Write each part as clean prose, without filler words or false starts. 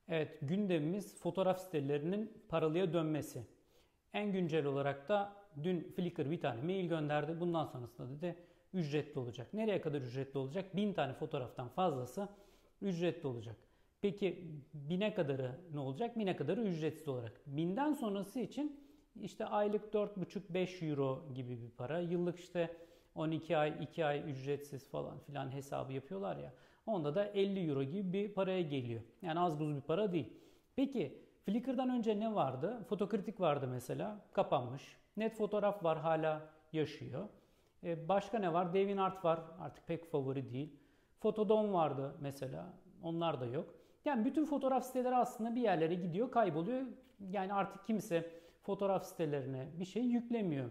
Evet, gündemimiz fotoğraf sitelerinin paralıya dönmesi. En güncel olarak da dün Flickr bir tane mail gönderdi. Bundan sonrasında dedi ücretli olacak. Nereye kadar ücretli olacak? 1000 tane fotoğraftan fazlası ücretli olacak. Peki 1000'e kadarı ne olacak? 1000'e kadarı ücretsiz olarak. 1000'den sonrası için işte aylık 4,5-5 euro gibi bir para. Yıllık işte 12 ay, 2 ay ücretsiz falan filan hesabı yapıyorlar ya. Onda da 50 euro gibi bir paraya geliyor. Yani az buz bir para değil. Peki Flickr'dan önce ne vardı? Fotokritik vardı mesela. Kapanmış. Net fotoğraf var, hala yaşıyor. Başka ne var? DeviantArt var. Artık pek favori değil. Fotodom vardı mesela. Onlar da yok. Yani bütün fotoğraf siteleri aslında bir yerlere gidiyor, kayboluyor. Yani artık kimse fotoğraf sitelerine bir şey yüklemiyor.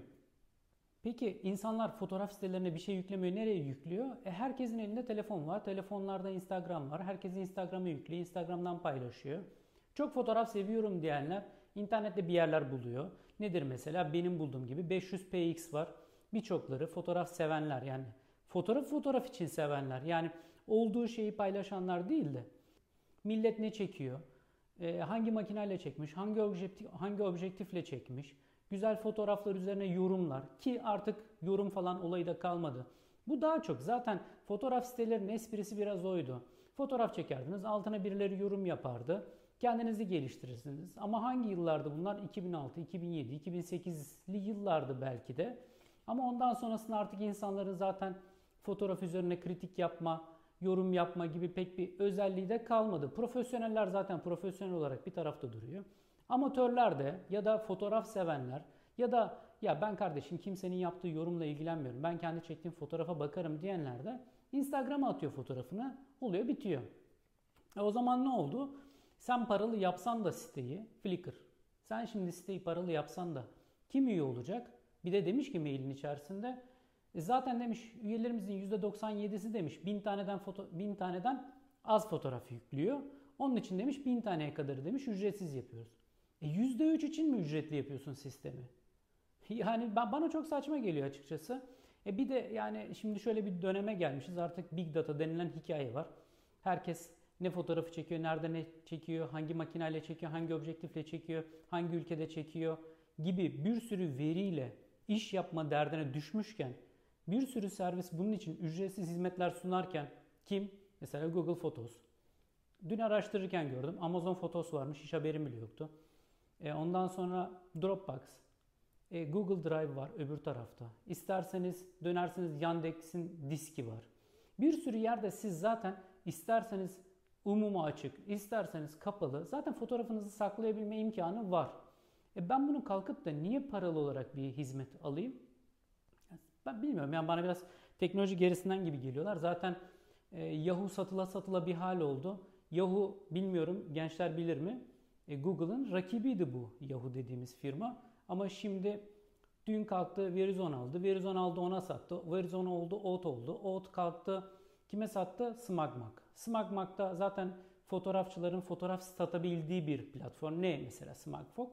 Peki insanlar fotoğraf sitelerine bir şey yüklemiyor. Nereye yüklüyor? Herkesin elinde telefon var. Telefonlarda Instagram var. Herkes Instagram'a yüklüyor. Instagram'dan paylaşıyor. Çok fotoğraf seviyorum diyenler internette bir yerler buluyor. Nedir mesela? Benim bulduğum gibi 500px var. Birçokları fotoğraf sevenler, yani fotoğraf için sevenler. Yani olduğu şeyi paylaşanlar değil de millet ne çekiyor? Hangi makineyle çekmiş? Hangi objektifle çekmiş? Güzel fotoğraflar üzerine yorumlar, ki artık yorum falan olayı da kalmadı. Bu daha çok zaten fotoğraf sitelerinin esprisi biraz oydu. Fotoğraf çekerdiniz, altına birileri yorum yapardı. Kendinizi geliştirirsiniz. Ama hangi yıllardı bunlar? 2006, 2007, 2008'li yıllardı belki de. Ama ondan sonrasında artık insanların zaten fotoğraf üzerine kritik yapma, yorum yapma gibi pek bir özelliği de kalmadı. Profesyoneller zaten profesyonel olarak bir tarafta duruyor. Amatörler de ya da fotoğraf sevenler ya da ya ben kardeşim kimsenin yaptığı yorumla ilgilenmiyorum, ben kendi çektiğim fotoğrafa bakarım diyenler de Instagram'a atıyor fotoğrafını, oluyor bitiyor. O zaman ne oldu? Sen paralı yapsan da siteyi, Flickr. Sen şimdi siteyi paralı yapsan da kim üye olacak? Bir de demiş ki mailin içerisinde zaten demiş üyelerimizin %97'si demiş 1000 taneden az fotoğraf yüklüyor. Onun için demiş 1000 taneye kadar demiş ücretsiz yapıyoruz. %3 için mi ücretli yapıyorsun sistemi? Yani bana çok saçma geliyor açıkçası. Bir de yani şimdi şöyle bir döneme gelmişiz. Artık Big Data denilen hikaye var. Herkes ne fotoğrafı çekiyor, nerede ne çekiyor, hangi makineyle çekiyor, hangi objektifle çekiyor, hangi ülkede çekiyor gibi bir sürü veriyle iş yapma derdine düşmüşken, bir sürü servis bunun için ücretsiz hizmetler sunarken kim? Mesela Google Photos. Dün araştırırken gördüm. Amazon Photos varmış. Hiç haberim bile yoktu. Ondan sonra Dropbox. Google Drive var öbür tarafta. İsterseniz dönerseniz Yandex'in diski var. Bir sürü yerde siz zaten isterseniz umuma açık, isterseniz kapalı zaten fotoğrafınızı saklayabilme imkanı var. Ben bunu kalkıp da niye paralı olarak bir hizmet alayım? Ben bilmiyorum, yani bana biraz teknoloji gerisinden gibi geliyorlar. Zaten Yahoo satıla satıla bir hal oldu. Yahoo, bilmiyorum gençler bilir mi? Google'ın rakibiydi bu Yahoo dediğimiz firma. Ama şimdi dün kalktı Verizon aldı. Verizon aldı ona sattı. Verizon oldu Oat oldu. Oat kalktı kime sattı? Smagmag. Smagmag da zaten fotoğrafçıların fotoğraf satabildiği bir platform. Ne mesela Smagfog?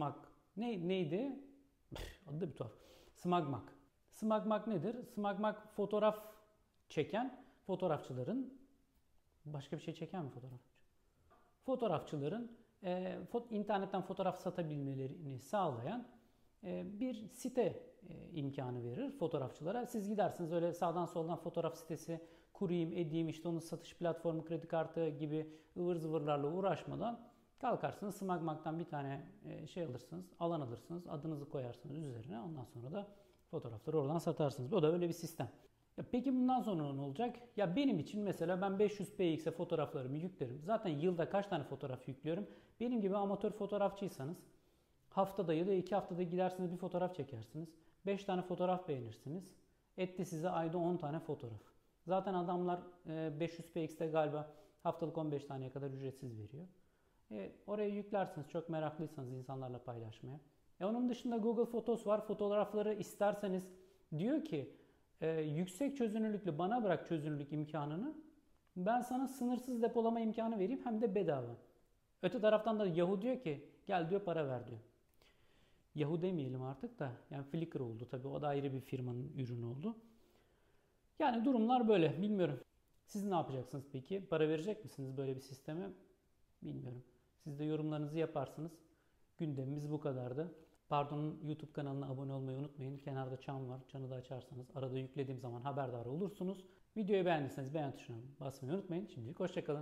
Neydi? Adı da bir tuhaf. Smagmag. Smagmag nedir? Smagmag fotoğraf çeken fotoğrafçıların, başka bir şey çeken mi fotoğrafçı? Fotoğrafçıların internetten fotoğraf satabilmelerini sağlayan bir site imkanı verir fotoğrafçılara. Siz gidersiniz öyle sağdan soldan fotoğraf sitesi kurayım edeyim, işte onun satış platformu, kredi kartı gibi ıvır zıvırlarla uğraşmadan kalkarsınız Smagmag'dan bir tane şey alırsınız, alan alırsınız, adınızı koyarsınız üzerine, ondan sonra da fotoğrafları oradan satarsınız. Bu da öyle bir sistem. Peki bundan sonra ne olacak? Ya benim için mesela ben 500px'e fotoğraflarımı yüklerim. Zaten yılda kaç tane fotoğraf yüklüyorum? Benim gibi amatör fotoğrafçıysanız haftada ya da 2 haftada gidersiniz bir fotoğraf çekersiniz. 5 tane fotoğraf beğenirsiniz. Etti size ayda 10 tane fotoğraf. Zaten adamlar 500px'te galiba haftalık 15 taneye kadar ücretsiz veriyor. Oraya yüklersiniz çok meraklıysanız insanlarla paylaşmaya. Onun dışında Google Photos var. Fotoğrafları isterseniz diyor ki yüksek çözünürlüklü bana bırak çözünürlük imkanını. Ben sana sınırsız depolama imkanı vereyim hem de bedava. Öte taraftan da Yahoo diyor ki gel diyor para ver diyor. Yahoo demeyelim artık da yani Flickr oldu tabii, o da ayrı bir firmanın ürünü oldu. Yani durumlar böyle, bilmiyorum. Siz ne yapacaksınız peki? Para verecek misiniz böyle bir sisteme? Bilmiyorum. Siz de yorumlarınızı yaparsınız. Gündemimiz bu kadardı. Pardon'un YouTube kanalına abone olmayı unutmayın. Kenarda çan var. Çanı da açarsanız arada yüklediğim zaman haberdar olursunuz. Videoyu beğendiyseniz beğen tuşuna basmayı unutmayın. Şimdilik hoşça kalın.